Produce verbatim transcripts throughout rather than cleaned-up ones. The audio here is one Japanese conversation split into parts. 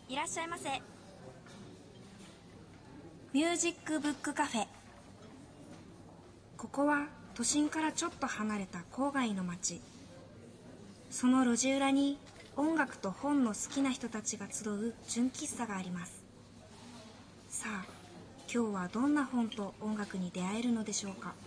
いらっしゃいませ。ミュージックブックカフェ。ここは都心からちょっと離れた郊外の町。その路地裏に音楽と本の好きな人たちが集う純喫茶があります。さあ、今日はどんな本と音楽に出会えるのでしょうか。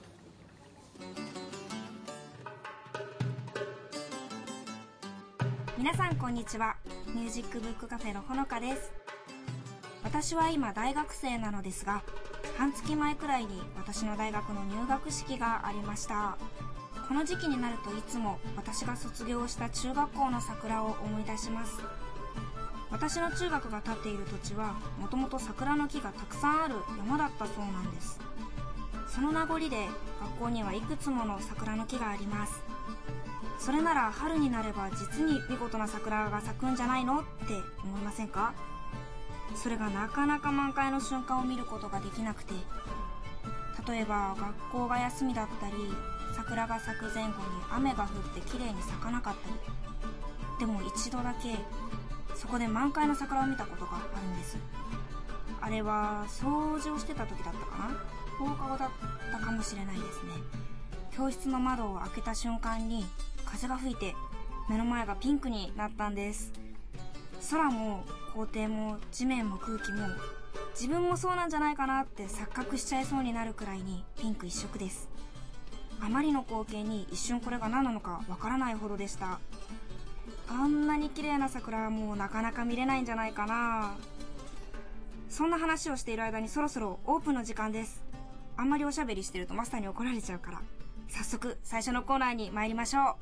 皆さんこんにちは。ミュージックブックカフェのほのかです。私は今大学生なのですが、半月前くらいに私の大学の入学式がありました。この時期になるといつも私が卒業した中学校の桜を思い出します。私の中学が建っている土地はもともと桜の木がたくさんある山だったそうなんです。その名残で学校にはいくつもの桜の木があります。それなら春になれば実に見事な桜が咲くんじゃないのって思いませんか？それがなかなか満開の瞬間を見ることができなくて、例えば学校が休みだったり、桜が咲く前後に雨が降ってきれいに咲かなかったり。でも一度だけそこで満開の桜を見たことがあるんです。あれは掃除をしてた時だったかな、放課後だったかもしれないですね。教室の窓を開けた瞬間に風が吹いて目の前がピンクになったんです。空も校庭も地面も空気も自分もそうなんじゃないかなって錯覚しちゃいそうになるくらいにピンク一色です。あまりの光景に一瞬これが何なのかわからないほどでした。あんなに綺麗な桜はもうなかなか見れないんじゃないかな。そんな話をしている間にそろそろオープンの時間です。あんまりおしゃべりしてるとマスターに怒られちゃうから、早速最初のコーナーに参りましょう。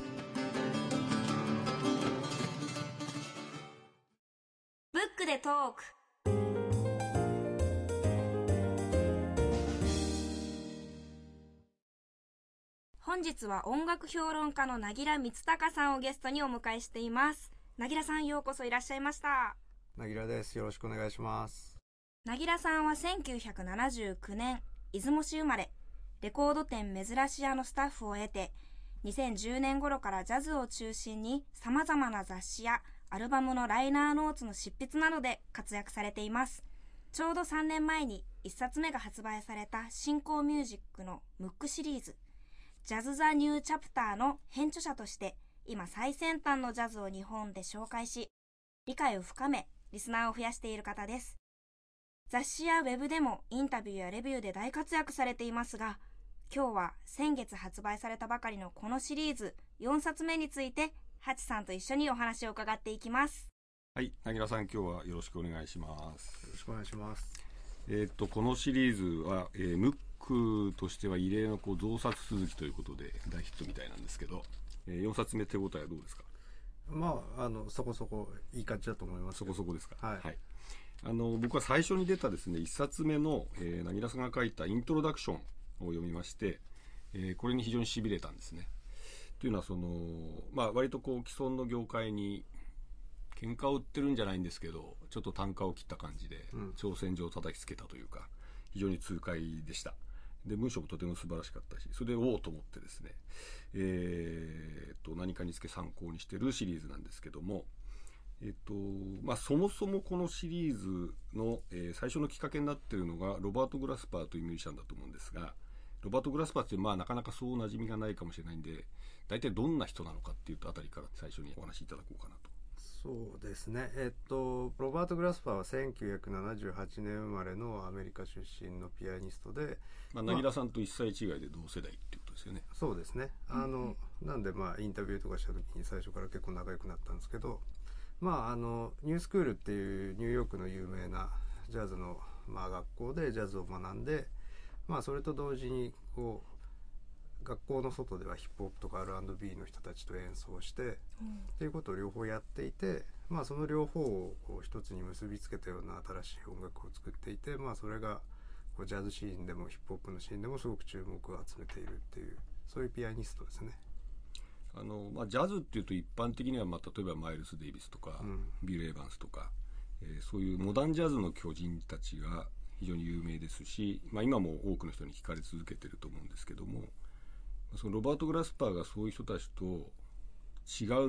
ブックでトーク。本日は音楽評論家の凪良光隆さんをゲストにお迎えしています。凪良さん、ようこそいらっしゃいました。 凪良です。よろしくお願いします。 凪良さんはせんきゅうひゃくななじゅうきゅうねん出雲市生まれ、レコード店珍し屋のスタッフを得て、にせんじゅうねん頃からジャズを中心に様々な雑誌やアルバムのライナーノーツの執筆などで活躍されています。ちょうどさんねんまえにいっさつめが発売された新興ミュージックのムックシリーズ、ジャズ・ザ・ニュー・チャプターの編著者として、今最先端のジャズを日本で紹介し、理解を深め、リスナーを増やしている方です。雑誌やウェブでもインタビューやレビューで大活躍されていますが、今日は先月発売されたばかりのこのシリーズよんさつめについて、ハチさんと一緒にお話を伺っていきます。 はい、凪良さん、今日はよろしくお願いします。 よろしくお願いします。 えー、っとこのシリーズは、えー、ムックとしては異例のこう増刷続きということで大ヒットみたいなんですけど、えー、よんさつめ手応えはどうですか？ まあ、あのそこそこいい感じだと思います。 そこそこですか。 はい、 はい、あの僕は最初に出たですねいっさつめの、えー、凪良さんが書いたイントロダクションを読みまして、えー、これに非常に痺れたんですね。というのはその、まあ、割とこう既存の業界に喧嘩を売ってるんじゃないんですけど、ちょっと単価を切った感じで、うん、挑戦状を叩きつけたというか、非常に痛快でした。で、文章もとても素晴らしかったし、それでおおと思ってですね、えー、っと何かにつけ参考にしてるシリーズなんですけども、えっとまあ、そもそもこのシリーズの、えー、最初のきっかけになっているのがロバート・グラスパーというミュージシャンだと思うんですが、ロバート・グラスパーってまあなかなかそう馴染みがないかもしれないんで、大体どんな人なのかっていうあたりから最初にお話しいただこうかなと。 そうですね、えっとロバート・グラスパーはせんきゅうひゃくななじゅうはちねん生まれのアメリカ出身のピアニストで、 まあ、凪良さんといっさい違いで同世代っていうことですよね。 そうですね、あの、うん、なんでまあインタビューとかした時に最初から結構仲良くなったんですけど、まああのニュースクールっていうニューヨークの有名なジャズの、まあ、学校でジャズを学んで、まあそれと同時にこう学校の外ではヒップホップとか アールアンドビー の人たちと演奏して、うん、っていうことを両方やっていて、まあその両方をこう一つに結びつけたような新しい音楽を作っていて、まあそれがこうジャズシーンでもヒップホップのシーンでもすごく注目を集めているっていう、そういうピアニストですね。 あの、まあ、ジャズっていうと一般的には、まあ、例えばマイルス・デイビスとか、うん、ビル・エヴァンスとか、えー、そういうモダンジャズの巨人たちが非常に有名ですし、まあ、今も多くの人に聞かれ続けてると思うんですけども、そのロバート・グラスパーがそういう人たちと違うのは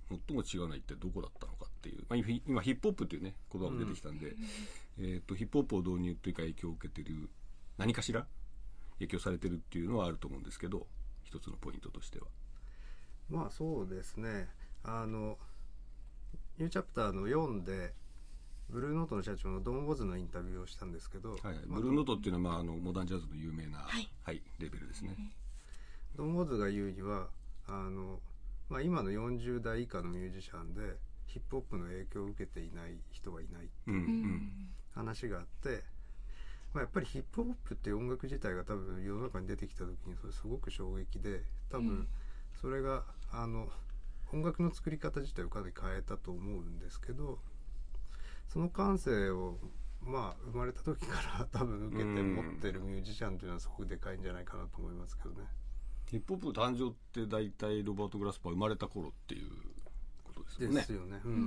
最も違うのは一体どこだったのかっていう、まあ、今ヒップホップっていうね言葉も出てきたんで、うんえー、とヒップホップを導入というか影響を受けてる何かしら影響されてるっていうのはあると思うんですけど、一つのポイントとしてはまあそうですね、あのニューチャプターのよんでブルーノートの社長のドン・ウォズのインタビューをしたんですけど、 はいはいまあ、ブルーノートっていうのは、まあ、あのモダンジャズの有名な、はいはい、レベルですね。 ドン・ウォズが言うにはあの、まあ、今のよんじゅう代以下のミュージシャンでヒップホップの影響を受けていない人はいないっていう話があって、まあ、やっぱりヒップホップっていう音楽自体が多分世の中に出てきた時にそれすごく衝撃で、多分それがあの音楽の作り方自体をかなり変えたと思うんですけど、その感性をまあ生まれた時から多分受けて持ってるミュージシャンというのはすごくでかいんじゃないかなと思いますけどね。 ヒップホップ誕生って大体ロバート・グラスパー生まれた頃っていうことですよね。 ですよね、うん、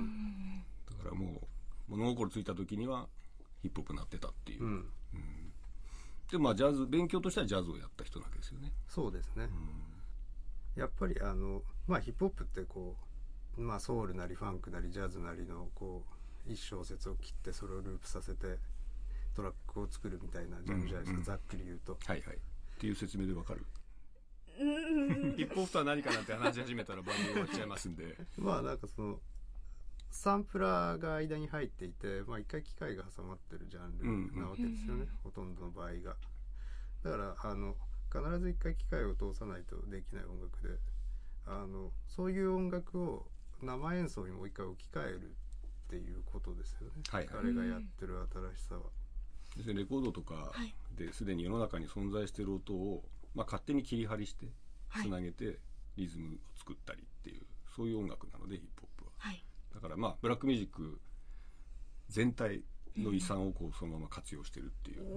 だからもう物心ついた時にはヒップホップになってたっていう、うんうん、でまあジャズ勉強としてはジャズをやった人なわけですよね。 そうですね、うん、やっぱりあのまあヒップホップってこうまあソウルなりファンクなりジャズなりのこう一小節を切ってそれをループさせてトラックを作るみたいなジャンルじゃないですか、うんうん、ざっくり言うと。 はいはいっていう説明でわかるヒップホップとは何かなんて話し始めたら番組終わっちゃいますんでまあなんかそのサンプラーが間に入っていて、まあ、一回機械が挟まってるジャンルなわけですよね、うんうん、ほとんどの場合が。だからあの必ず一回機械を通さないとできない音楽で、あのそういう音楽を生演奏にもう一回置き換えるっていうことですよね、はいはい、彼がやってる新しさは。 でレコードとかですでに世の中に存在している音を、まあ、勝手に切り張りしてつなげてリズムを作ったりっていう、そういう音楽なのでヒップホップは、はい、だからまあブラックミュージック全体の遺産をこうそのまま活用してるっていう、うん、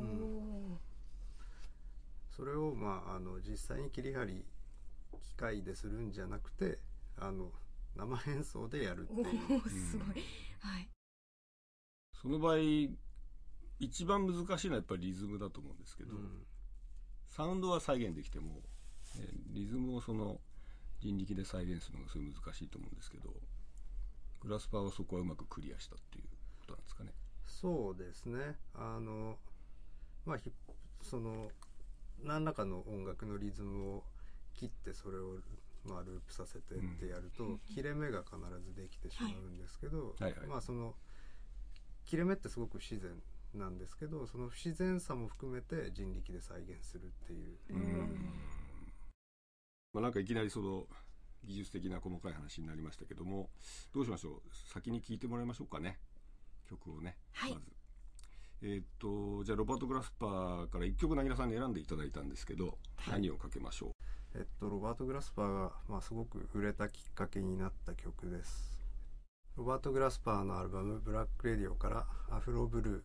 それをまああの実際に切り張り機械でするんじゃなくてあの生演奏でやるっていう。 おすごい、うん、はい。 その場合一番難しいのはやっぱりリズムだと思うんですけど、うん、サウンドは再現できてもリズムをその人力で再現するのがすごい難しいと思うんですけど、グラスパーはそこはうまくクリアしたっていうことなんですかね。 そうですね、あのまあその何らかの音楽のリズムを切ってそれをまあループさせてってやると、うん、切れ目が必ずできてしまうんですけど、はいはいはい、まあその切れ目ってすごく不自然なんですけど、その不自然さも含めて人力で再現するっていう、うん、 まあ、なんかいきなりその技術的な細かい話になりましたけども、どうしましょう、先に聴いてもらいましょうかね、曲をね、はい、まずえー、っとじゃあロバート・グラスパーからいっきょくなぎらさんに選んでいただいたんですけど、はい、何をかけましょう。 えっとロバート・グラスパーが、まあ、すごく売れたきっかけになった曲です。ロバート・グラスパーのアルバムブラック・レディオからアフロブルー。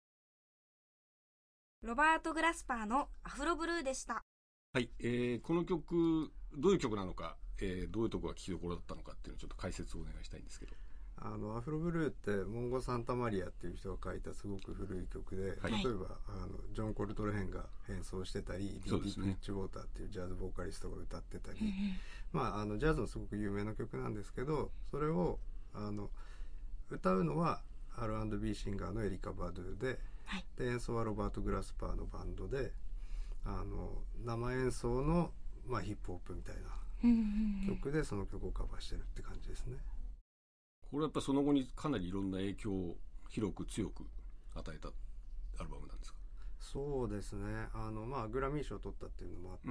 ロバート・グラスパーのアフロブルーでした。 はい、えー、この曲どういう曲なのか、えー、どういうところが聴きどころだったのかっていうのをちょっと解説をお願いしたいんですけど。 あのアフロブルーってモンゴ・サンタマリアっていう人が書いたすごく古い曲で、はい、例えばあのジョン・コルトレーンが演奏してたり、 そうですね、 ディー・プリッチウォーターっていうジャズボーカリストが歌ってたり、まあ、あのジャズのすごく有名な曲なんですけど、それをあの歌うのは アールアンドビー シンガーのエリカ・バドゥで、はい、で演奏はロバート・グラスパーのバンドで、あの生演奏の、まあ、ヒップホップみたいな曲でその曲をカバーしてるって感じですね。 これはやっぱその後にかなりいろんな影響を広く強く与えたアルバムなんですか。 そうですね、あの、まあ、グラミー賞を取ったっていうのもあって、うん、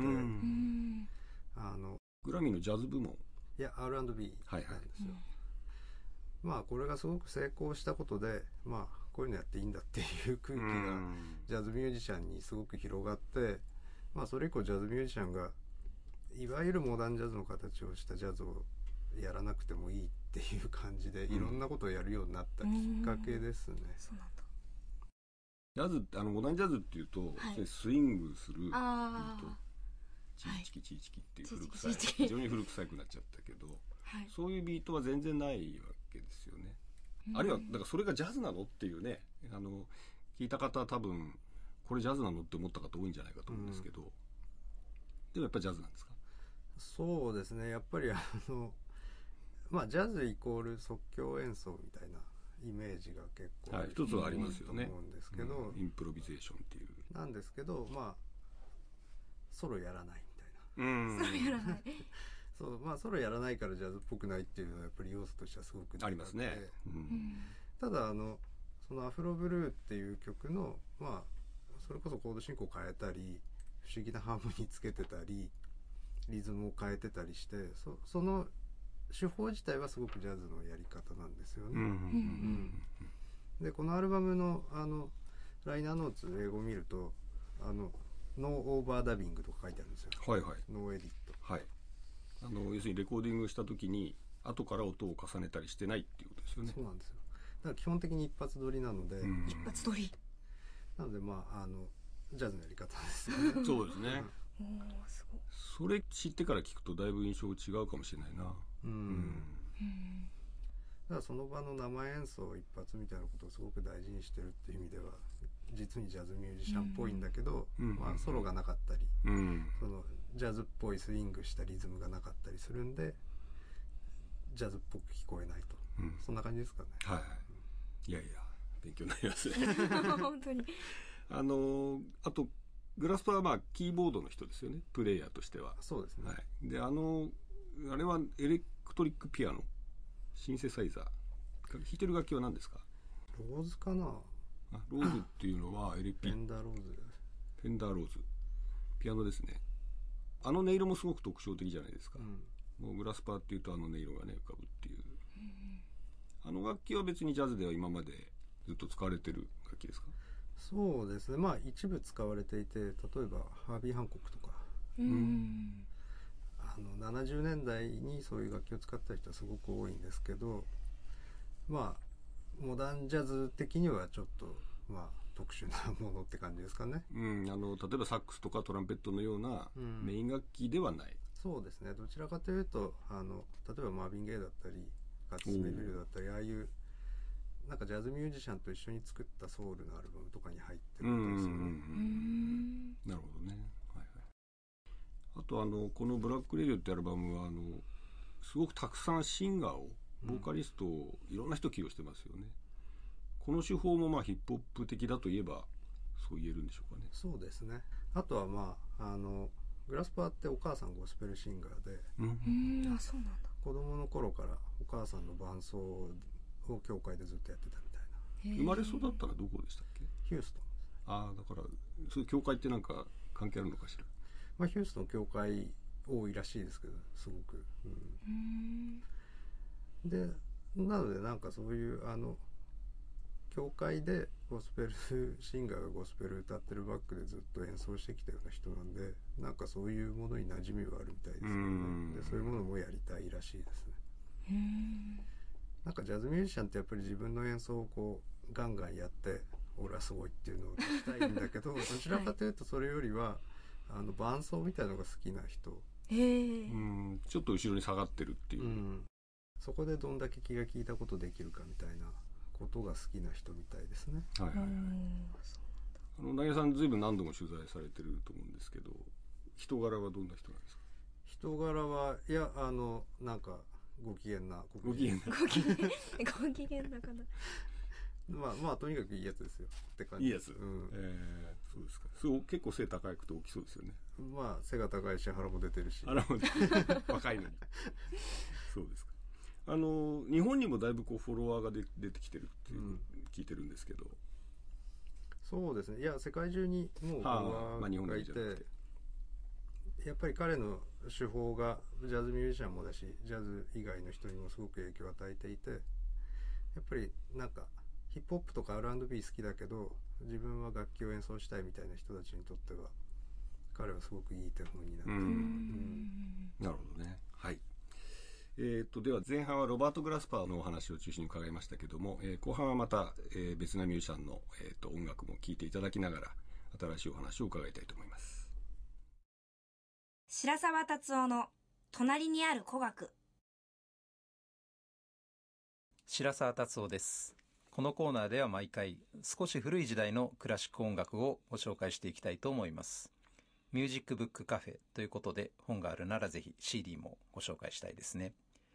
あのグラミーのジャズ部門、 いや アールアンドビー なんですよ、はいはい、まあこれがすごく成功したことで、まあこういうのやっていいんだっていう空気がジャズミュージシャンにすごく広がって、まあそれ以降ジャズミュージシャンがいわゆるモダンジャズの形をしたジャズをやらなくてもいいっていう感じで、いろんなことをやるようになったきっかけですね。 そうなんだ。 ジャズ、あのモダンジャズっていうと、はい、スイングするビート、チーチキチーチキっていう古臭い、はい、非常に古臭くなっちゃったけど、はい、そういうビートは全然ないわけですよね。あるいはだからそれがジャズなのっていうね、あの聞いた方は多分これジャズなのって思った方多いんじゃないかと思うんですけど、うん、でもやっぱりジャズなんですか。 そうですね、やっぱりあのまあジャズイコール即興演奏みたいなイメージが結構、 はい、一つはありますよね。 と思うんですけど、 うん、インプロビゼーションっていうなんですけど、まあソロやらないみたいな、 うん、 ソロやらないそうまあソロやらないからジャズっぽくないっていうのはやっぱり要素としてはすごくありますね、うん、 ただあのそのアフロブルーっていう曲のまあそれこそコード進行を変えたり不思議なハーモニーつけてたりリズムを変えてたりして、 そ, その手法自体はすごくジャズのやり方なんですよね、うんうんうん、でこのアルバムのあのライナーノーツ英語を見るとあのノーオーバーダビングとか書いてあるんですよ。 はいはい。 ノーエディット。 はい。あの要するにレコーディングした時に後から音を重ねたりしてないっていうことですよね。 そうなんですよ。だから基本的に一発撮りなので、うん、 一発撮り。 なのでまああのジャズのやり方ですよね。 そうですね。 おーすごい。 それ知ってから聞くとだいぶ印象違うかもしれないな。 うん。うん、だからその場の生演奏一発みたいなことをすごく大事にしてるっていう意味では実にジャズミュージシャンっぽいんだけど、うん、まあソロがなかったり、うん、そのジャズっぽいスイングしたリズムがなかったりするんでジャズっぽく聞こえないと、うん、そんな感じですかね。 はい、うん、いやいや勉強になりますね本当にあのあとグラスパーはまあキーボードの人ですよね、プレイヤーとしては。 そうですね、はい、 であのあれはエレクトリックピアノシンセサイザー弾いてる楽器は何ですか？ ローズかな。 あローズっていうのは エルピーフェンダーローズフェンダーローズピアノですね。あの音色もすごく特徴的じゃないですか、うん、もうグラスパーっていうとあの音色がね浮かぶっていう、うん、あの楽器は別にジャズでは今までずっと使われてる楽器ですか？ そうですね、まあ一部使われていて、例えばハービー・ハンコックとか、 うん、 あのななじゅうねんだいにそういう楽器を使った人はすごく多いんですけど、まあモダンジャズ的にはちょっとまあ特殊なものって感じですかね、 うん、あの例えばサックスとかトランペットのようなメイン楽器ではない、うん、 そうですね、どちらかというとあの例えばマーヴィン・ゲイだったりカッツ・メビルだったり、ああいうなんかジャズミュージシャンと一緒に作ったソウルのアルバムとかに入ってるんですよね。 なるほどね、はいはい、あとあのこのブラックレディオってアルバムはあのすごくたくさんシンガーをボーカリストをいろんな人起用してますよね、うん、この手法もまあヒップホップ的だといえばそう言えるんでしょうかね。 そうですね。あとはまああのグラスパーってお母さんゴスペルシンガーで、 うん、あ、そうなんだ。 子供の頃からお母さんの伴奏を教会でずっとやってたみたいな。 生まれ育ったのはどこでしたっけ？ ヒューストン。 ああ、だからそういう教会ってなんか関係あるのかしら。 まあヒューストン教会多いらしいですけど、すごく、うん、でなのでなんかそういうあの教会でゴスペルシンガーがゴスペル歌ってるバックでずっと演奏してきたような人なんで、なんかそういうものに馴染みはあるみたいですよね。でそういうものもやりたいらしいですね。うーん、なんかジャズミュージシャンってやっぱり自分の演奏をこうガンガンやって俺はすごいっていうのをしたいんだけどどちらかというとそれよりはあの伴奏みたいなのが好きな人、 へー、 うん、ちょっと後ろに下がってるっていう、うん、 そこでどんだけ気が利いたことできるかみたいなことが好きな人みたいですね。 はいはいはい。あの渚さんずいぶん何度も取材されてると思うんですけど、人柄はどんな人なんですか？ 人柄はいやあのなんかご機嫌なご機嫌なご機嫌ご機嫌なかなまあまあとにかくいいやつですよって感じ。 いいやつ、 うん、 えー、そうですか。そう結構背高くて大きそうですよね。 まあ背が高いし腹も出てるし腹も出てる若いのにそうですか。あの日本にもだいぶこうフォロワーがで出てきてるっていう、うん、聞いてるんですけど。 そうですね、いや世界中にもうフォロワーがいて、まあ、やっぱり彼の手法がジャズミュージシャンもだしジャズ以外の人にもすごく影響を与えていて、やっぱりなんかヒップホップとか アールアンドビー 好きだけど自分は楽器を演奏したいみたいな人たちにとっては彼はすごくいい手本になっている。うん、うん、 なるほどね。はい。えー、とでは前半はロバート・グラスパーのお話を中心に伺いましたけども、えー、後半はまた、えー、別なミュージシャンの、えー、と音楽も聴いていただきながら新しいお話を伺いたいと思います。 白澤達夫の隣にある古楽。 白澤達夫です。このコーナーでは毎回少し古い時代のクラシック音楽をご紹介していきたいと思います。ミュージックブックカフェということで本があるならぜひ シーディー もご紹介したいですね。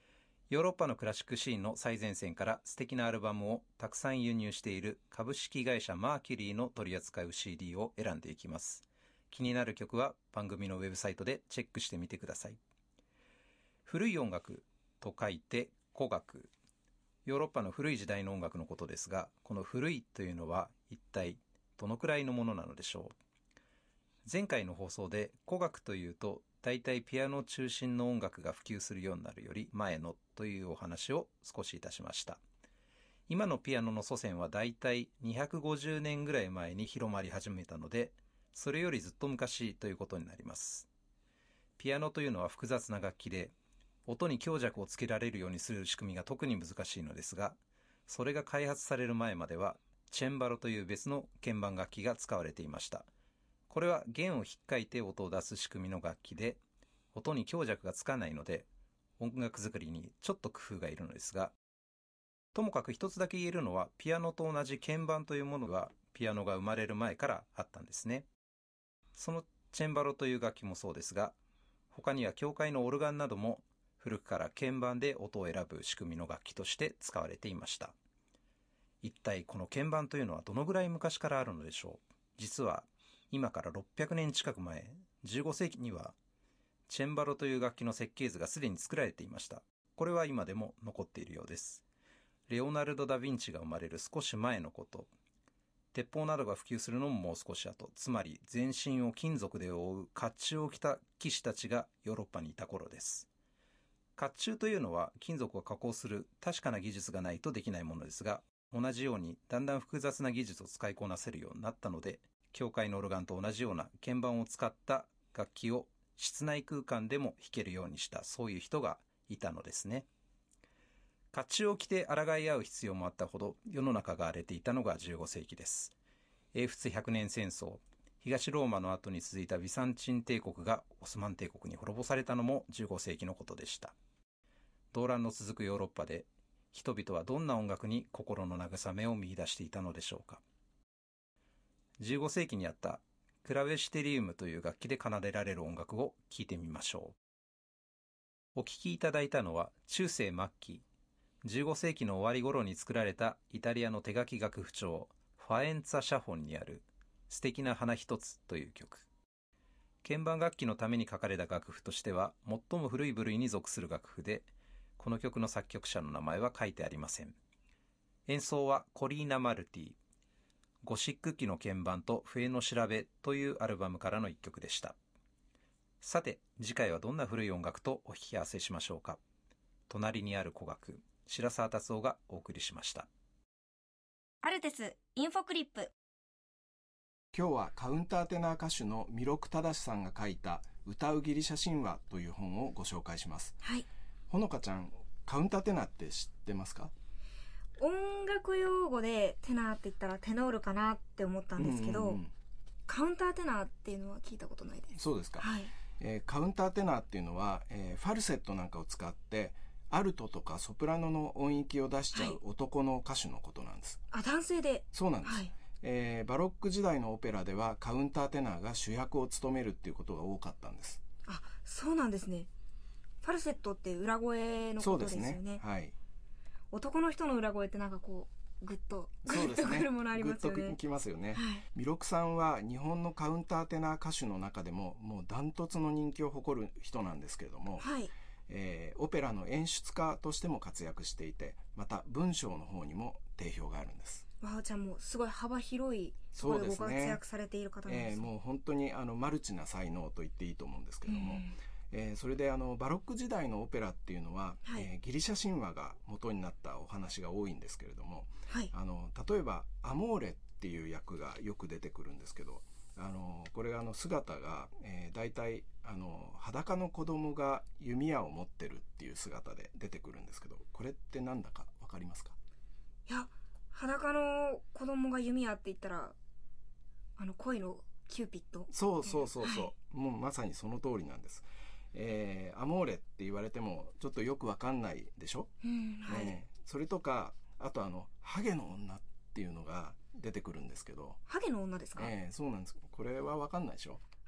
ヨーロッパのクラシックシーンの最前線から素敵なアルバムをたくさん輸入している株式会社マーキュリーの取り扱う シーディー を選んでいきます。気になる曲は番組のウェブサイトでチェックしてみてください。古い音楽と書いて古楽。ヨーロッパの古い時代の音楽のことですが、この古いというのは一体どのくらいのものなのでしょう。前回の放送で古楽というと大体ピアノ中心の音楽が普及するようになるより前のというお話を少しいたしました。今のピアノの祖先は大体にひゃくごじゅうねんぐらい前に広まり始めたので、それよりずっと昔ということになります。ピアノというのは複雑な楽器で、音に強弱をつけられるようにする仕組みが特に難しいのですが、それが開発される前まではチェンバロという別の鍵盤楽器が使われていました。これは弦を引っかいて音を出す仕組みの楽器で、音に強弱がつかないので音楽作りにちょっと工夫がいるのですが、ともかく一つだけ言えるのは、ピアノと同じ鍵盤というものがピアノが生まれる前からあったんですね。そのチェンバロという楽器もそうですが、他には教会のオルガンなども古くから鍵盤で音を選ぶ仕組みの楽器として使われていました。一体この鍵盤というのはどのぐらい昔からあるのでしょう。実は今からろっぴゃくねん近く前、じゅうごせいきにはチェンバロという楽器の設計図がすでに作られていました。これは今でも残っているようです。レオナルド・ダ・ヴィンチが生まれる少し前のこと。鉄砲などが普及するのももう少し後、つまり全身を金属で覆う甲冑を着た騎士たちがヨーロッパにいた頃です。甲冑というのは金属を加工する確かな技術がないとできないものですが、同じようにだんだん複雑な技術を使いこなせるようになったので、教会のオルガンと同じような鍵盤を使った楽器を室内空間でも弾けるようにした、そういう人がいたのですね。甲冑を着て抗い合う必要もあったほど世の中が荒れていたのがじゅうごせいきです。英仏ひゃくねん戦争、東ローマの後に続いたビサンチン帝国がオスマン帝国に滅ぼされたのもじゅうごせいきのことでした。動乱の続くヨーロッパで人々はどんな音楽に心の慰めを見出していたのでしょうか。じゅうごせいきにあったクラヴェシテリウムという楽器で奏でられる音楽を聴いてみましょう。お聴きいただいたのは中世末期、じゅうごせいきの終わり頃に作られたイタリアの手書き楽譜帳ファエンツァ写本にある素敵な花一つという曲。鍵盤楽器のために書かれた楽譜としては最も古い部類に属する楽譜で、この曲の作曲者の名前は書いてありません。演奏はコリーナ・マルティ、ゴシック期の鍵盤と笛の調べというアルバムからの一曲でした。さて、次回はどんな古い音楽とお引き合わせしましょうか。隣にある古楽、白澤達夫がお送りしました。 アルテスインフォクリップ。 今日はカウンターテナー歌手の弥勒忠さんが書いた歌うギリシャ神話という本をご紹介します。 はい。 ほのかちゃん、カウンターテナーって知ってますか？ 音楽用語でテナーって言ったらテノールかなって思ったんですけど、うんうんうん、カウンターテナーっていうのは聞いたことないです。 そうですか。 はい。 えー、カウンターテナーっていうのは、えー、ファルセットなんかを使ってアルトとかソプラノの音域を出しちゃう男の歌手のことなんです。 はい、あ、男性で。 そうなんです。 はい。 えー、バロック時代のオペラではカウンターテナーが主役を務めるっていうことが多かったんです。 あ、そうなんですね。ファルセットって裏声のことですよね。 そうですね。はい。 男の人の裏声ってなんかこうグッとグッとくるものありますよね。 グッときますよね。 はい、 弥勒さんは日本のカウンターテナー歌手の中でももうダントツの人気を誇る人なんですけれども、 はい、 えー、オペラの演出家としても活躍していて、また文章の方にも定評があるんです。 わあ、じゃあもうすごい幅広いところでご活躍されている方なんですね。 えー、もう本当にあのマルチな才能と言っていいと思うんですけども、うんえー、それであのバロック時代のオペラっていうのは、はいえー、ギリシャ神話が元になったお話が多いんですけれども、はい、あの例えばアモーレっていう役がよく出てくるんですけど、あのこれあの姿が、えー、大体あの裸の子供が弓矢を持ってるっていう姿で出てくるんですけど、これってなんだかわかりますか？ いや、裸の子供が弓矢って言ったらあの恋のキューピッド。 そうそうそうそう、はい、もうまさにその通りなんです。えー、アモーレって言われてもちょっとよくわかんないでしょ、 うんはいね、それとかあとあのハゲの女っていうのが出てくるんですけど。 ハゲの女ですか？ えー、そうなんです。これはわかんないでしょ。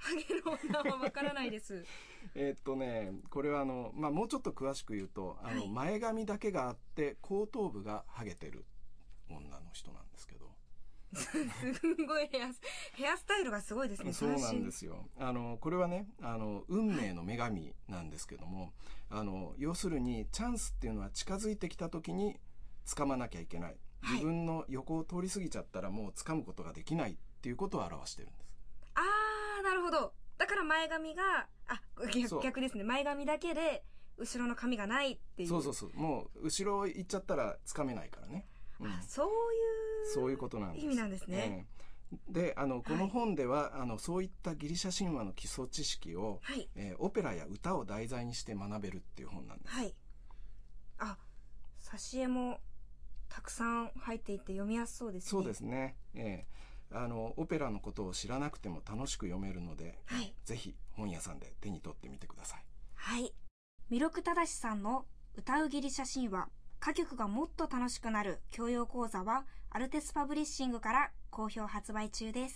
ハゲの女はわからないです。 えっとね、これはあの、まあ、もうちょっと詳しく言うと、あの、はい、前髪だけがあって後頭部がハゲてる女の人なんですけど。 すごいヘア、ヘアスタイルがすごいですね。 そうなんですよ。あの、これはね、あの、運命の女神なんですけども、あの、要するにチャンスっていうのは近づいてきた時に掴まなきゃいけない。自分の横を通り過ぎちゃったらもう掴むことができないっていうことを表してるんです。 あー、なるほど。だから前髪が、あ、逆、逆ですね。前髪だけで後ろの髪がないっていう。 そうそうそう。もう後ろ行っちゃったら掴めないからね。 うん、あ、そういうそういうことなんです。 意味なんですね。 うん、で、あのこの本では、はい、あのそういったギリシャ神話の基礎知識を、はい、えー、オペラや歌を題材にして学べるっていう本なんです。 はい。あ、挿絵もたくさん入っていて読みやすそうですね。 そうですね。えー、あのオペラのことを知らなくても楽しく読めるので、はい、ぜひ本屋さんで手に取ってみてください。 はい。弥勒忠さんの歌うギリシャ神話。歌曲がもっと楽しくなる教養講座はアルテスパブリッシングから好評発売中です。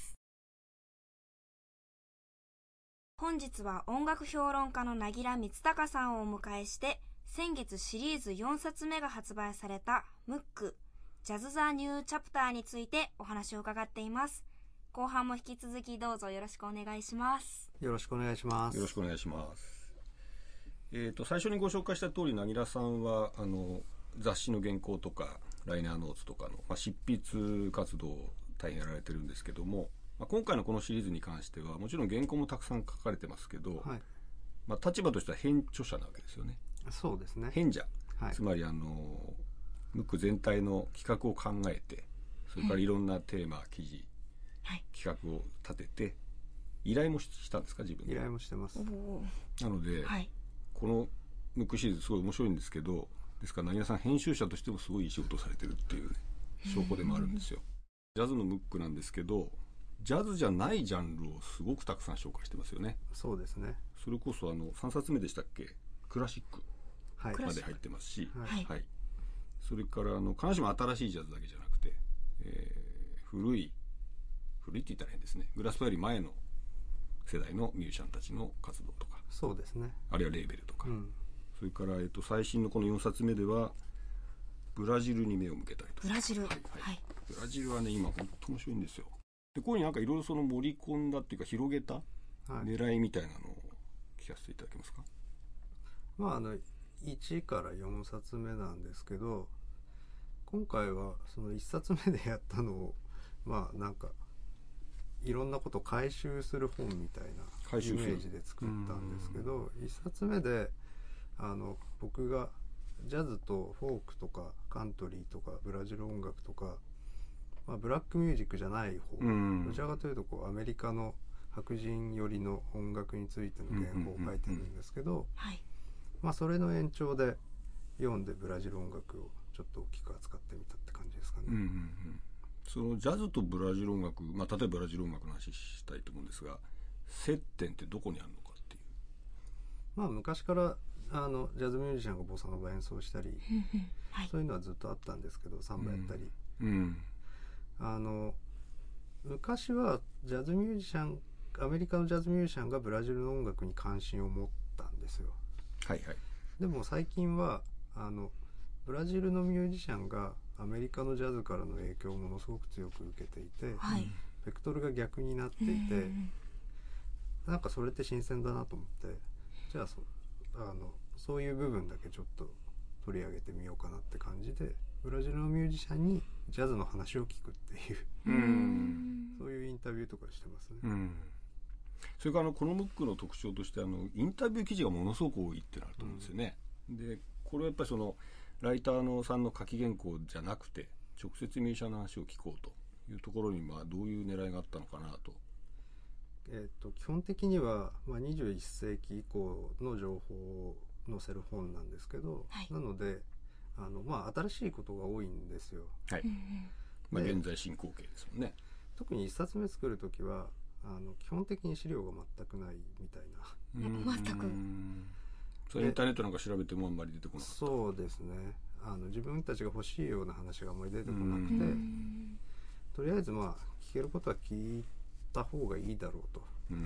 本日は音楽評論家の凪良光隆さんをお迎えして先月シリーズよんさつめが発売されたムックジャズ・ザ・ニュー・チャプターについてお話を伺っています。後半も引き続きどうぞよろしくお願いします。 よろしくお願いします。 よろしくお願いします。えーと、最初にご紹介した通り凪良さんはあの雑誌の原稿とかライナーノーツとかの、まあ、執筆活動を大変やられてるんですけども、まあ、今回のこのシリーズに関してはもちろん原稿もたくさん書かれてますけど、はい、まあ、立場としては編著者なわけですよね。 そうですね。 編者、 はい、 つまりあのムック全体の企画を考えて、それからいろんなテーマ、記事、はい、企画を立てて依頼もしたんですか、自分で。 依頼もしてます。 なので、はい、このムックシリーズすごい面白いんですけど、ですから凪良さん編集者としてもすごいいい仕事をされてるっていう、ね、証拠でもあるんですよ。ジャズのムックなんですけど、ジャズじゃないジャンルをすごくたくさん紹介してますよね。 そうですね。 それこそあのさんさつめでしたっけ、クラシックまで入ってますし、はいはい、それからあの必ずしも新しいジャズだけじゃなくて、えー、古い古いって言ったら変ですね、グラスパより前の世代のミュージシャンたちの活動とか、 そうですね、 あるいはレーベルとか、うん、それから、えっと、最新のこのよんさつめではブラジルに目を向けたりとか。 ブラジル、はいはい、ブラジルはね今本当面白いんですよ。でこういうなんかいろいろその盛り込んだっていうか広げた狙いみたいなのを聞かせていただけますか。 まああのいちからよんさつめなんですけど、今回はそのいっさつめでやったのをまあなんかいろんなことを回収する本みたいなイメージで作ったんですけど、いっさつめであの僕がジャズとフォークとかカントリーとかブラジル音楽とか、まあ、ブラックミュージックじゃない方、どちらかというとこうアメリカの白人寄りの音楽についての原稿を書いてるんですけど、まあそれの延長で読んでブラジル音楽をちょっと大きく扱ってみたって感じですかね。 うんうんうん、そのジャズとブラジル音楽、まあ、例えばブラジル音楽の話したいと思うんですが、接点ってどこにあるのかっていう。 まあ昔からあのジャズミュージシャンがボサノバ演奏したりはい、そういうのはずっとあったんですけど、サンバやったり、うんうん、あの昔はジャズミュージシャンアメリカのジャズミュージシャンがブラジルの音楽に関心を持ったんですよ。 はいはい。 でも最近はあのブラジルのミュージシャンがアメリカのジャズからの影響をものすごく強く受けていて、はい、ベクトルが逆になっていて、なんかそれって新鮮だなと思って、じゃあ そ, あのそういう部分だけちょっと取り上げてみようかなって感じで、ブラジルのミュージシャンにジャズの話を聞くっていううーんそういうインタビューとかしてますね。うん、 それからあのこのムックの特徴としてあのインタビュー記事がものすごく多いってなると思うんですよね。うん、でこれはやっぱりそのライターのさんの書き原稿じゃなくて直接ミュージシャンの話を聞こうというところにまあどういう狙いがあったのかなと。 えー、と基本的には、まあ、にじゅういっせいき以降の情報を載せる本なんですけど、はい、なのであの、まあ、新しいことが多いんですよ。 はい、まあ、現在進行形ですもんね。 特にいっさつめ作るときはあの基本的に資料が全くないみたいな。全くそれインターネットなんか調べてもあんまり出てこなかった。 そうですね、あの自分たちが欲しいような話があんまり出てこなくて、とりあえずまあ聞けることは聞いた方がいいだろうと、うん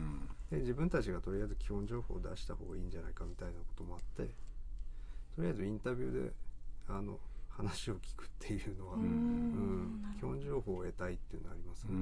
で自分たちがとりあえず基本情報を出した方がいいんじゃないかみたいなこともあって、とりあえずインタビューであの話を聞くっていうのは、うん、基本情報を得たいっていうのはありますね。 うん、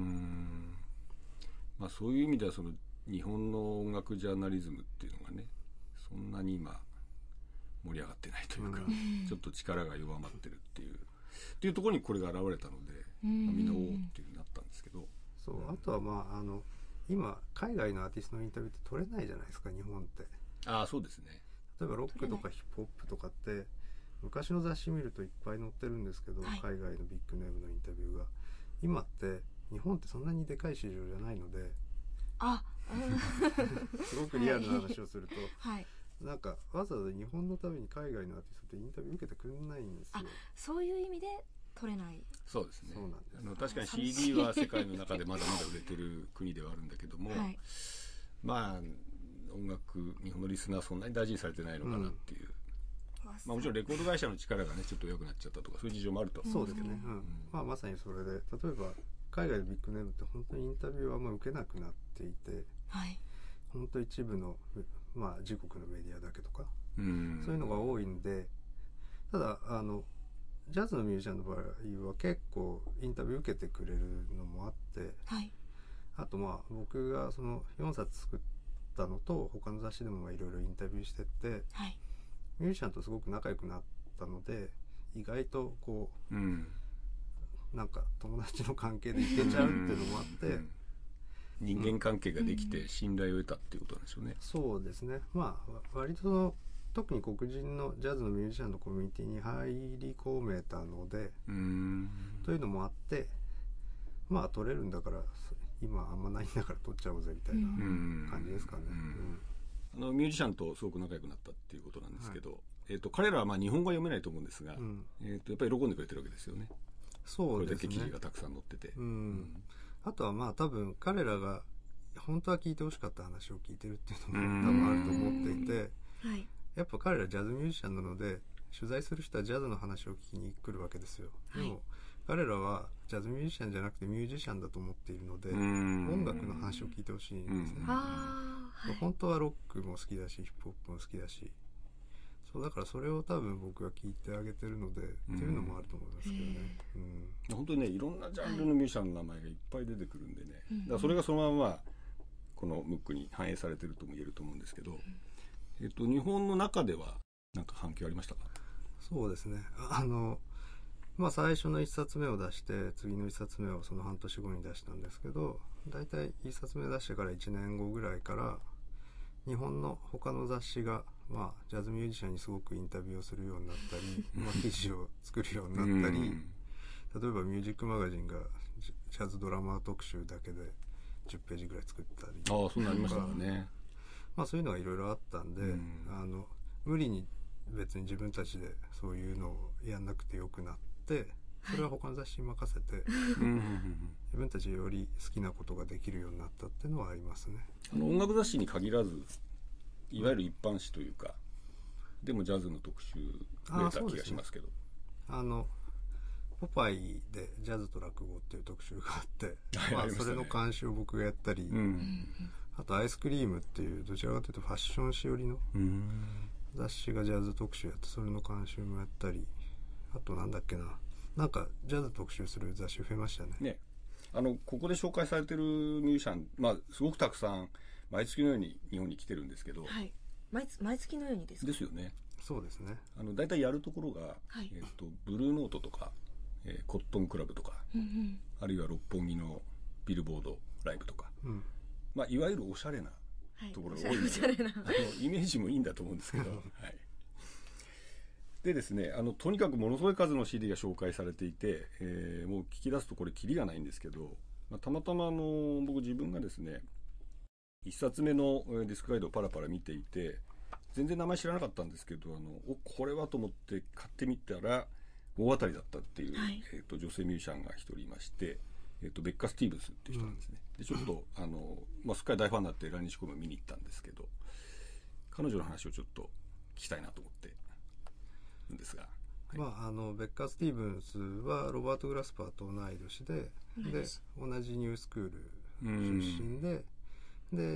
まあ、そういう意味ではその日本の音楽ジャーナリズムっていうのがね、そんなに今盛り上がってないというか、うん、ちょっと力が弱まってるっていうっていうところにこれが現れたので、まあ、みんなおおっていう風になったんですけど、 そう、あとはまああの今海外のアーティストのインタビューって取れないじゃないですか、日本って。 ああ、そうですね。 例えばロックとかヒップホップとかって昔の雑誌見るといっぱい載ってるんですけど、はい、海外のビッグネームのインタビューが今って日本ってそんなにでかい市場じゃないので、 あ、 すごくリアルな話をすると、 はい、 なんかわざわざ日本のために海外のアーティストってインタビュー受けてくれないんですよ。 あ、そういう意味で取れない。 そうですね。 そうなんです。 あの確かに シーディー は世界の中でまだまだ売れてる国ではあるんだけども、はい、まあ音楽日本のリスナーはそんなに大事にされてないのかなっていう、うん、まあ、もちろんレコード会社の力がねちょっと弱くなっちゃったとかそういう事情もあると思うんですけど、そうですね、うんうん、まあ、まさにそれで例えば海外のビッグネームって本当にインタビューはあんま受けなくなっていて、はい、本当一部の、まあ、自国のメディアだけとか、うん、そういうのが多いんで、ただあのジャズのミュージシャンの場合は結構インタビュー受けてくれるのもあって、はい、あとまあ僕がそのよんさつ作ったのと他の雑誌でもいろいろインタビューしてって、はい、ミュージシャンとすごく仲良くなったので意外とこう、うん、なんか友達の関係でいけちゃうっていうのもあって、うん、 人間関係ができて信頼を得たっていうことなんでしょうね、うん、 そうですね。まあ割とその特に黒人のジャズのミュージシャンのコミュニティに入り込めたので、うーんというのもあって、まあ取れるんだから今あんまないんだから取っちゃおうぜみたいな感じですかね。 うん、あのミュージシャンとすごく仲良くなったっていうことなんですけど、はい、えーと、彼らはまあ日本語は読めないと思うんですが、うん、えーとやっぱり喜んでくれてるわけですよね。そうですね。これだけ記事がたくさん載ってて、うんうん、 あとはまあ多分彼らが本当は聞いてほしかった話を聞いてるっていうのも多分あると思っていて、はい、やっぱ彼らジャズミュージシャンなので取材する人はジャズの話を聞きに来るわけですよ。はい、でも彼らはジャズミュージシャンじゃなくてミュージシャンだと思っているので音楽の話を聞いてほしいんですね。はい、本当はロックも好きだしヒップホップも好きだし、そうだからそれを多分僕が聞いてあげてるのでっていうのもあると思いますけどね。 うん、本当にねいろんなジャンルのミュージシャンの名前がいっぱい出てくるんでね、はい、だからそれがそのままこのムックに反映されてるとも言えると思うんですけど、えっと、日本の中では何か反響ありましたか？ そうですね。あの、まあ、最初のいっさつめを出して次のいっさつめをその半年後に出したんですけど、だいたいいっさつめ出してからいちねんごぐらいから日本の他の雑誌が、まあ、ジャズミュージシャンにすごくインタビューをするようになったりまあ記事を作るようになったり例えばミュージックマガジンがジャズドラマー特集だけでじゅっページぐらい作ったり、 ああ、そうなりましたね。 まあ、そういうのがいろいろあったんで、うん、あの無理に別に自分たちでそういうのをやんなくてよくなって、それは他の雑誌に任せて、はい、自分たちより好きなことができるようになったっていうのはありますね。 あの音楽雑誌に限らずいわゆる一般誌というか、うん、でもジャズの特集増えた気がしますけど、 あのポパイでジャズと落語っていう特集があって、はい、まあ、それの監修を僕がやったり、うん、あとアイスクリームっていうどちらかというとファッション誌寄りの雑誌がジャズ特集やってそれの監修もやったり、あとなんだっけな、なんかジャズ特集する雑誌増えましたね。 ね、あのここで紹介されてるミュージシャン、まあ、すごくたくさん毎月のように日本に来てるんですけど、はい、 毎, 毎月のようにですか？ ですよね。 そうですね。 あのだいたいやるところが、はい、えー、とブルーノートとか、えー、コットンクラブとか、うんうん、あるいは六本木のビルボードライブとか、うん、まあ、いわゆるおしゃれなところが多いので、はい、あのイメージもいいんだと思うんですけど、はい、でですね、あのとにかくものすごい数の シーディー が紹介されていて、えー、もう聞き出すとこれキリがないんですけど、まあ、たまたまあの僕自分がですねいっさつめのディスクガイドをパラパラ見ていて全然名前知らなかったんですけど、あのおこれはと思って買ってみたら大当たりだったっていう、はい、えー、と女性ミュージシャンが一人いまして、えー、とベッカ・スティーブスっていう人なんですね、うん、でちょっとあの、まあ、すっかり大ファンになって来日公演を見に行ったんですけど、彼女の話をちょっと聞きたいなと思ってるんですが、はい、 まあ、あのベッカー・スティーブンスはロバート・グラスパーと同い年で、で同じニュースクール出身で、で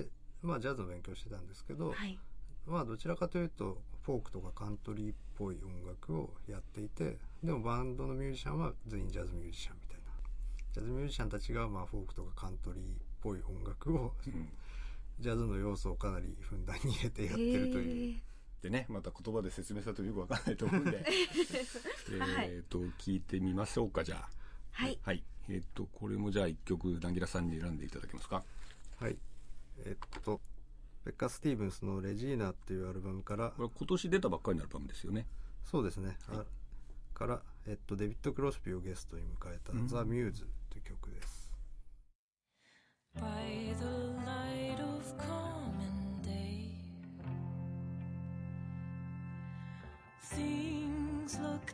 まあジャズの勉強してたんですけど、 はい、 まあどちらかというとフォークとかカントリーっぽい音楽をやっていて、でもバンドのミュージシャンは全員ジャズミュージシャンみたいな、ジャズミュージシャンたちがまあフォークとかカントリーっぽい音楽を、うん、ジャズの要素をかなりふんだんに入れてやってるという。 でね、また言葉で説明したとよくわかんないと思うんでえっと聞いてみましょうか。じゃあはい、 はい、えっ、ー、とこれもじゃあ一曲ダンギラさんに選んでいただけますか。 はい、えっとベッカ・スティーブンスのレジーナっていうアルバムから、 これ今年出たばっかりのアルバムですよね。 そうですね、 はい、 から、えっと、デビッド・クロスビーをゲストに迎えた「ザ・ミューズ」という曲です。 By the light of common day, things look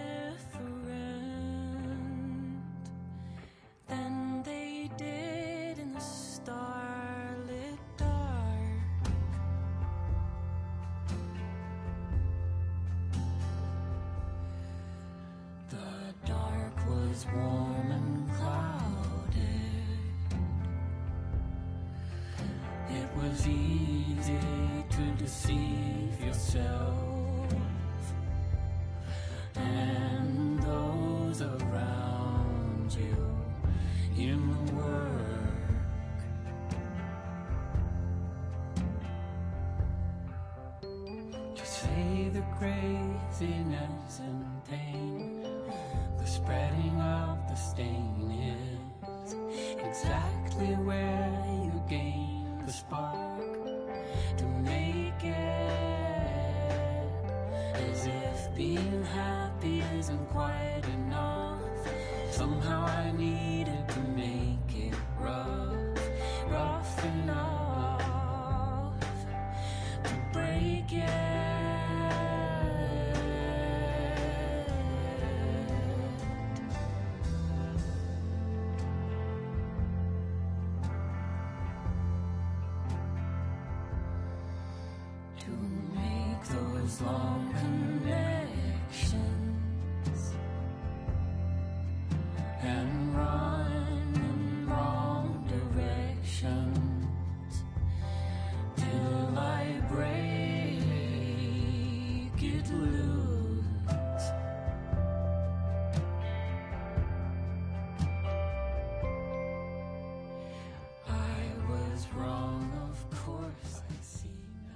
different than they did in the starlit dark. The dark was warm and clouded. It was easy to deceive yourself and those around you in the work. Just say the craziness and pain, the spreading of the stain is exactly where you gain the spark to make it. As if being happy isn't quite enough, somehow I needed to make it rough, rough enough to break it. Long connections and run in wrong directions till I break it loose. I was wrong, of course I see.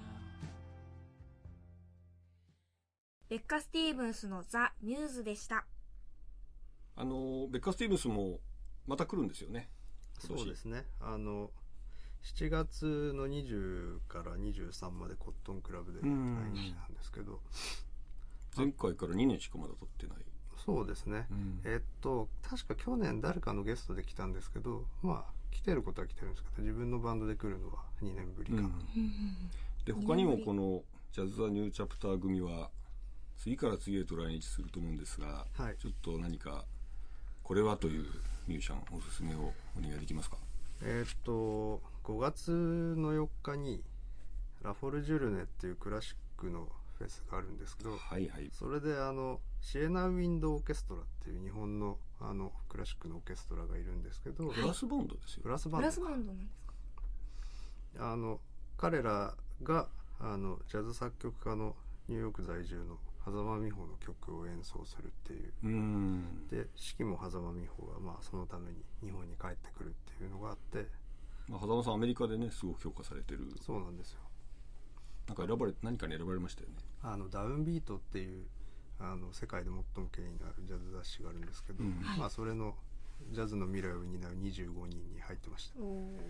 ベッカ・スティーブンスのザ・ミューズでした。 あのベッカ・スティーブンスもまた来るんですよね。 そうですね、あのしちがつのにじゅうからにじゅうさんまでコットンクラブで来日なんですけど、 前回からにねんしかまだ経ってない。 そうですね、うん、えっと確か去年誰かのゲストで来たんですけど、まあ来てることは来てるんですけど、自分のバンドで来るのはにねんぶりかな、うん、 で他にもこのジャズ・ザ・ニューチャプター組は次から次へと来日すると思うんですが、はい、ちょっと何かこれはというミュージシャンおすすめをお願いできますか。 えー、っとごがつのよっかにラフォルジュルネっていうクラシックのフェスがあるんですけど、 はいはい、 それであのシエナ・ウィンド・オーケストラっていう日本のあのクラシックのオーケストラがいるんですけど、 ブラスバンドですよ。 ブラスバンド。 ブラスバンドなんですか。 あの彼らがあのジャズ作曲家のニューヨーク在住の狭間美穂の曲を演奏するっていう、 うーんで指揮も狭間美穂がまあそのために日本に帰ってくるっていうのがあって、 まあ、狭間さんアメリカでねすごく評価されてる。 そうなんですよ。 なんか選ばれ何かに選ばれましたよね。 あのダウンビートっていうあの世界で最も権威のあるジャズ雑誌があるんですけど、うん、まあそれのジャズの未来を担うにじゅうごにんに入ってました。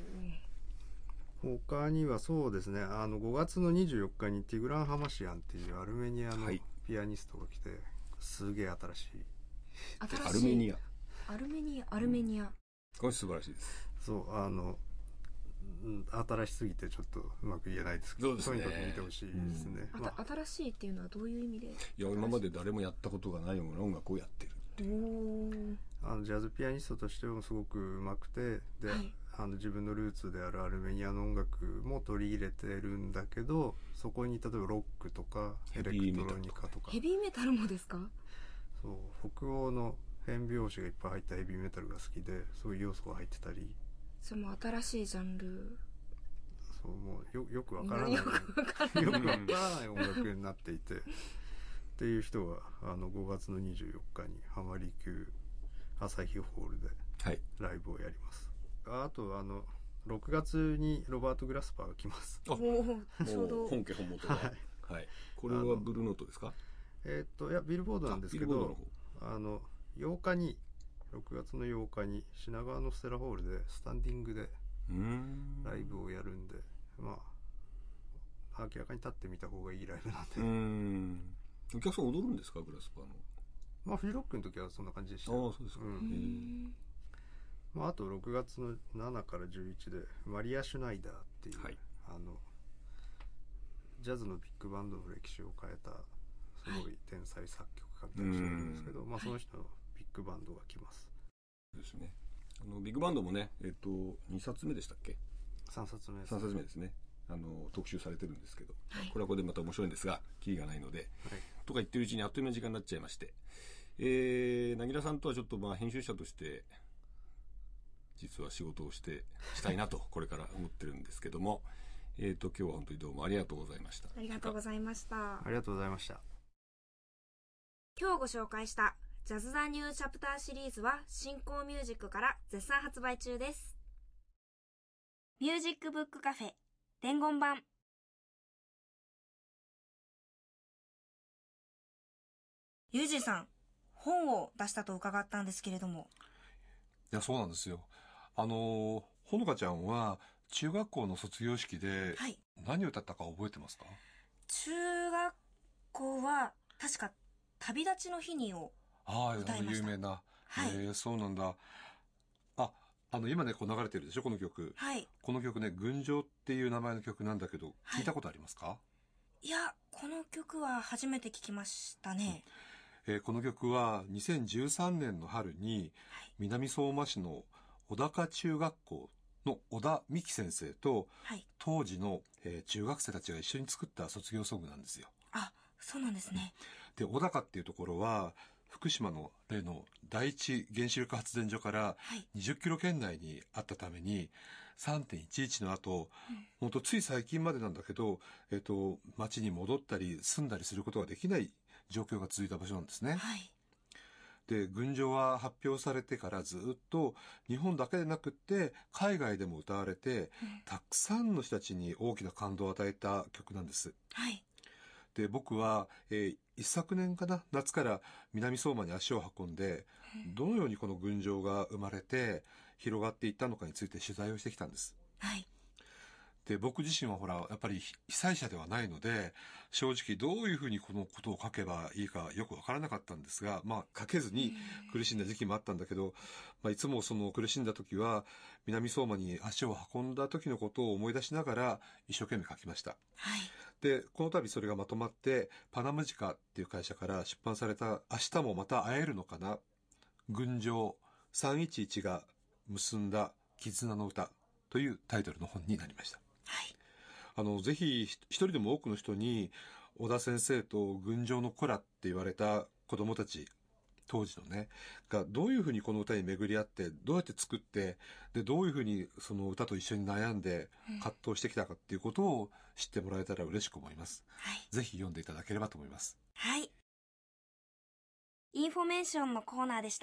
他にはそうですね、あのごがつのにじゅうよっかにティグラン・ハマシアンっていうアルメニアのピアニストが来て、はい、すげえ新しい新しいアルメニアアルメニアアルメニア、うん、 これ素晴らしいです。 そうあの新しすぎてちょっとうまく言えないですけど、とにかく見てほしいですね、 うんまあ、新しいっていうのはどういう意味で。いや今まで誰もやったことがないような音楽をやってるっていうあのジャズピアニストとしてもすごくうまくてで、はい、あの自分のルーツであるアルメニアの音楽も取り入れてるんだけど、そこに例えばロックとかエレクトロニカとかヘビーメタルもですか。 そう北欧の変拍子がいっぱい入ったヘビーメタルが好きで、そういう要素が入ってたり。 それも新しいジャンル。 そうもう よ, よくわからないよくわからないよくわからない音楽になっていてっていう人があのごがつのにじゅうよっかに浜離宮朝日ホールでライブをやります、はい、あとあのろくがつにロバート・グラスパーが来ます。 あ、もうちょうど本家本元が、はいはい、これはブルーノートですか？ えー、っといやビルボードなんですけど、あのようかにろくがつのようかに品川のステラホールでスタンディングでライブをやるんで、まあ明らかに立ってみた方がいいライブなんで。うーん、 お客さん踊るんですか、グラスパーの？ まあフリーロックの時はそんな感じでした。 ああ、そうですか。うん、 まあ、あとろくがつのしちからじゅういちでマリア・シュナイダーっていう、はい、あのジャズのビッグバンドの歴史を変えたすごい天才作曲家みたいな人がいるんですけど、はい、まあ、その人のビッグバンドが来ます。 ですね。あのビッグバンドもね、えっとにさつめでしたっけ？ さんさつめです。 さんさつめですね。あの特集されてるんですけど、はい、これはこれでまた面白いんですがキリがないので、はい、とか言ってるうちにあっという間に時間になっちゃいまして、えー、凪良さんとはちょっとまあ編集者として実は仕事をしてしたいなとこれから思ってるんですけども、えーと今日は本当にどうもありがとうございました。 ありがとうございました。 ありがとうございました。 今日ご紹介したジャズ・ザ・ニュー・チャプターシリーズは新興ミュージックから絶賛発売中です。ミュージックブックカフェ伝言版。ユージさん、本を出したと伺ったんですけれども。 いや、そうなんですよ。あのほのかちゃんは中学校の卒業式で何を歌ったか覚えてますか？はい、 中学校は確か旅立ちの日にを歌いました。ああ、 有名な。 はい、 えー、そうなんだ。あ、あの今ねこう流れてるでしょこの曲。 はい。 この曲ね群青っていう名前の曲なんだけど、聞いたことありますか？はい、 いや、この曲は初めて聞きましたね。 うん、えー、この曲はにせんじゅうさんねんの春に南相馬市の小高中学校の小田美希先生と、はい、当時の、えー、中学生たちが一緒に作った卒業ソングなんですよ。 あ、そうなんですね。 で、小高っていうところは福島の例の第一原子力発電所からにじゅっキロ圏内にあったために、はい、さんてんいちいちの後、うん、本当つい最近までなんだけど、えっと、町に戻ったり住んだりすることができない状況が続いた場所なんですね。はい、で、群青は発表されてからずっと日本だけでなくって海外でも歌われて、うん、たくさんの人たちに大きな感動を与えた曲なんです。はい、で、僕は、えー、一昨年かな、夏から南相馬に足を運んで、うん、どのようにこの群青が生まれて広がっていったのかについて取材をしてきたんです。はい。で、僕自身はほら、やっぱり被災者ではないので、正直どういうふうにこのことを書けばいいかよくわからなかったんですが、まあ書けずに苦しんだ時期もあったんだけど、まあいつもその苦しんだ時は、南相馬に足を運んだ時のことを思い出しながら一生懸命書きました。はい。で、この度それがまとまって、パナムジカっていう会社から出版された明日もまた会えるのかな、群青さんいちいちが結んだ絆の歌というタイトルの本になりました。はい、あのぜひ一人でも多くの人に小田先生と群青の子らって言われた子供たち当時のねがどういうふうにこの歌に巡り合ってどうやって作ってでどういうふうにその歌と一緒に悩んで葛藤してきたかっていうことを知ってもらえたら嬉しく思います。はい、ぜひ読んでいただければと思います。 はい。インフォメーションのコーナーでした。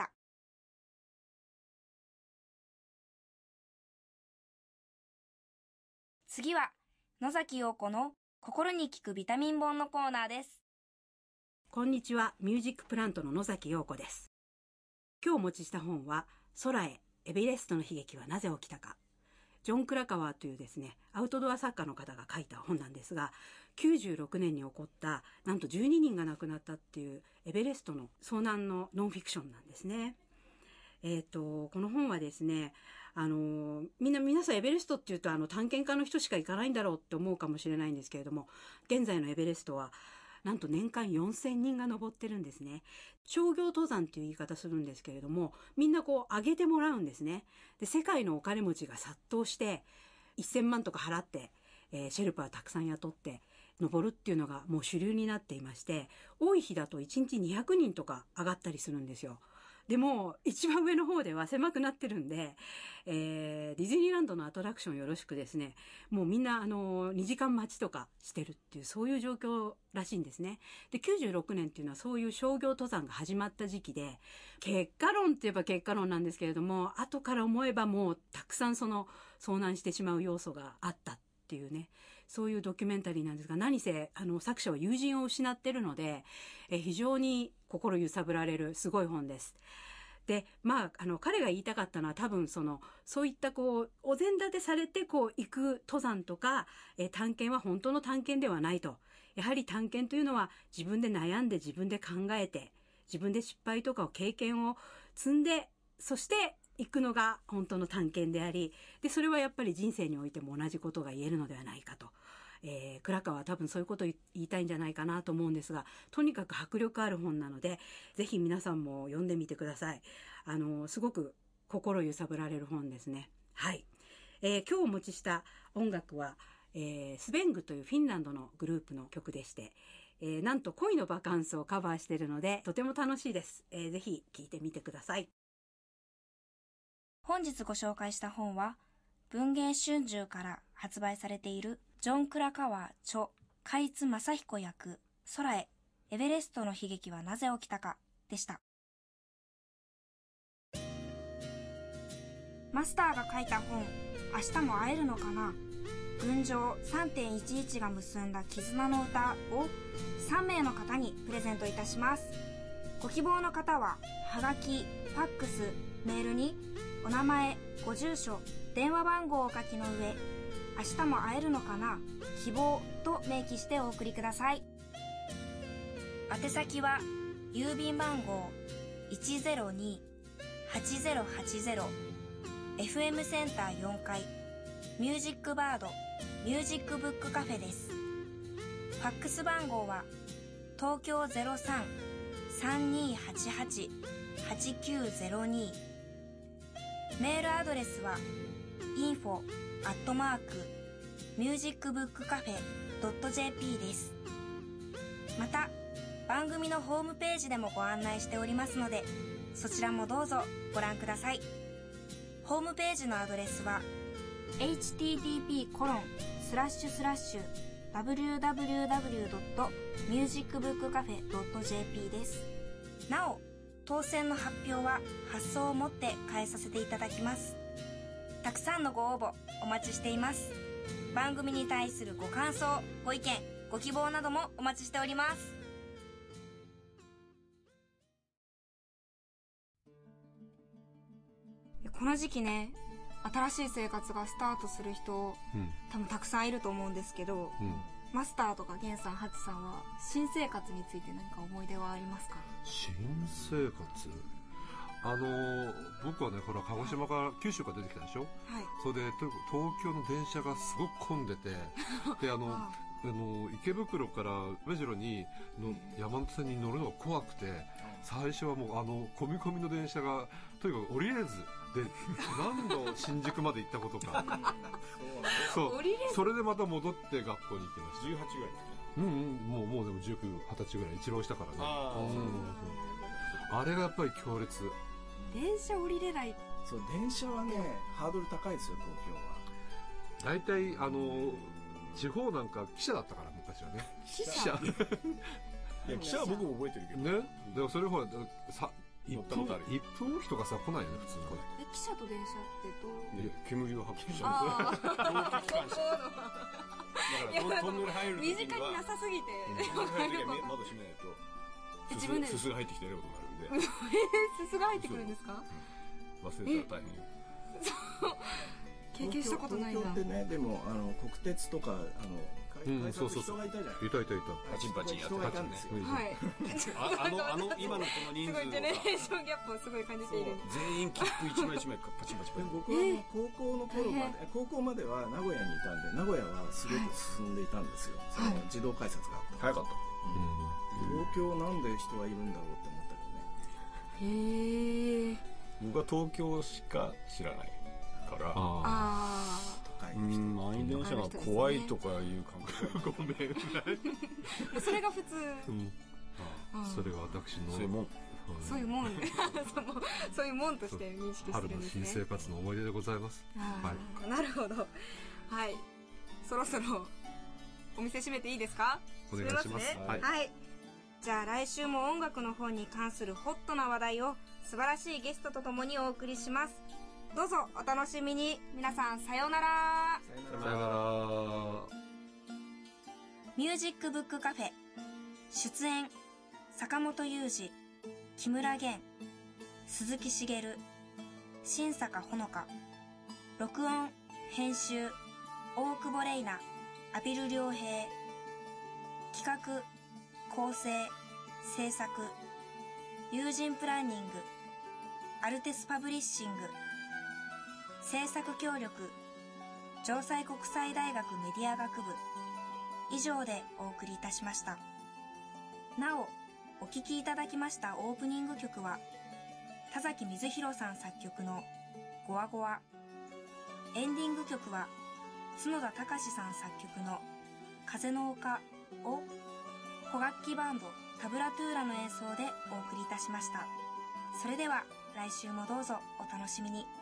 次は野崎陽子の心に効くビタミン本のコーナーです。 こんにちは、ミュージックプラントの野崎陽子です。今日お持ちした本は空へエベレストの悲劇はなぜ起きたか、ジョン・クラカワーというですねアウトドア作家の方が書いた本なんですが、きゅうじゅうろくねんに起こったなんとじゅうににんが亡くなったっていうエベレストの遭難のノンフィクションなんですね。えっとこの本はですね、あのみんな皆さんエベレストっていうとあの探検家の人しか行かないんだろうって思うかもしれないんですけれども、現在のエベレストはなんと年間よんせんにんが登ってるんですね。商業登山っていう言い方するんですけれども、みんなこう上げてもらうんですね。で、世界のお金持ちが殺到してせんまんとか払って、えー、シェルパーたくさん雇って登るっていうのがもう主流になっていまして、多い日だといちにちにひゃくにんとか上がったりするんですよ。 でも一番上の方では狭くなってるんで、えー、ディズニーランドのアトラクションよろしくですね、もうみんなあのにじかん待ちとかしてるっていう、そういう状況らしいんですね。できゅうじゅうろくねんっていうのはそういう商業登山が始まった時期で、結果論って言えば結果論なんですけれども、後から思えばもうたくさんその遭難してしまう要素があったっていうね、そういうドキュメンタリーなんですが、何せあの作者は友人を失ってるので、え非常に心揺さぶられるすごい本です。で、まあ、あの彼が言いたかったのは、多分そのそういったこうお膳立てされてこう行く登山とか、え探検は本当の探検ではないと。やはり探検というのは自分で悩んで自分で考えて、自分で失敗とかを経験を積んで、そして行くのが本当の探検であり、でそれはやっぱり人生においても同じことが言えるのではないかと。えー、倉川は多分そういうことを言いたいんじゃないかなと思うんですが、とにかく迫力ある本なので、ぜひ皆さんも読んでみてください。あのすごく心揺さぶられる本ですね。はい、えー、今日お持ちした音楽は、えー、スベングというフィンランドのグループの曲でして、えー、なんと恋のバカンスをカバーしているのでとても楽しいです。えー、ぜひ聴いてみてください。 本日ご紹介した本は文藝春秋から発売されているジョン・クラカワー著海津正彦役空へエベレストの悲劇はなぜ起きたかでした。マスターが書いた本、明日も会えるのかな、群青 さんてんいちいち が結んだ絆の歌をさんめいの方にプレゼントいたします。ご希望の方ははがき、ファックス、メールにお名前、ご住所、電話番号をお書きの上、明日も会えるのかな、希望と明記してお送りください。宛先は郵便番号 いちゼロに はちゼロはちゼロ エフエム センターよんかいミュージックバードミュージックブックカフェです。ファックス番号は東京 ゼロさん さんにーはちはち はちきゅうゼロに、メールアドレスは インフォ アットマーク ミュージックブックカフェ ドット ジェーピー です。また番組のホームページでもご案内しておりますので、そちらもどうぞご覧ください。ホームページのアドレスは エイチティーティーピーコロンスラッシュスラッシュダブリューダブリューダブリュードットミュージックブックカフェドット ジェーピー です。なお当選の発表は発送をもって返させていただきます。たくさんのご応募お待ちしています。番組に対するご感想、ご意見、ご希望などもお待ちしております。この時期ね、新しい生活がスタートする人、うん、多分たくさんいると思うんですけど、うん、マスターとかゲンさん、ハチさんは新生活について何か思い出はありますか？ 新生活、あの僕はね、ほら鹿児島から九州から出てきたでしょ、はい、それで東京の電車がすごく混んでてであのあの池袋から目白にの山手線に乗るのが怖くて、最初はもうあの混み込みの電車がとにかく降りれずで何度新宿まで行ったことかそうそれでまた戻って学校に行きました。 じゅうはちぐらいですね。 うんうん、もうもうでもじゅうきゅう、はたちぐらい一浪したからね。あ、うん、あれがやっぱり強烈。 電車降りれない。 そう、電車はねハードル高いですよ、東京は。 大体あの地方なんか汽車だったから昔はね。 汽車いや、汽車は僕も覚えてるけどね。でもそれほらさいっぷんいっぷんおきとかさ来ないよね普通に。 え、汽車と電車ってどう？ いや、煙を吐く汽車。 ああだからトンネル入る身近になさすぎて、 トンネル入る時は窓閉めないと自分ですすが入ってきてやることになるんで。 すすが入ってくるんですか？ 忘れたら大変よ。 経験したことないな。 東京ってね、でもあの国鉄とかあの改札人がいたじゃない。 いたいたいた。 パチンパチンやって人がいたんですよ。 はい。 あのあの今のこの人数すごいジェネレーションギャップをすごい感じている。 全員切符一枚一枚パチンパチンパチン。 僕は高校の頃まで高校までは名古屋にいたんで、名古屋はすごく進んでいたんですよ。その自動改札があった。 早かった。 東京なんで人がいるんだろうって思ったけどね。へえ。 僕は東京しか知らないから。 ああ。 うん、満員電車が怖いとかいう感覚。 ごめん。 それが普通。 うん、ああ、それが私のそういうもん。 そういうもんそのそういうもんとして認識してるんですね。 春の新生活の思い出でございます。 はい、なるほど。はい、そろそろお店閉めていいですか？ お願いします。 ね、はい、はい、じゃあ来週も音楽の方に関するホットな話題を素晴らしいゲストとともにお送りします。どうぞお楽しみに。皆さんさようなら。 さようなら。 ミュージックブックカフェ、出演坂本雄二、木村玄、鈴木茂、新坂ほのか、録音編集大久保玲奈、阿比留良平、企画構成制作友人プランニングアルテスパブリッシング、制作協力城西国際大学メディア学部以上でお送りいたしました。なおお聴きいただきましたオープニング曲は田崎水弘さん作曲のゴワゴワ、エンディング曲は角田隆さん作曲の風の丘を古楽器バンドタブラトゥーラの演奏でお送りいたしました。それでは来週もどうぞお楽しみに。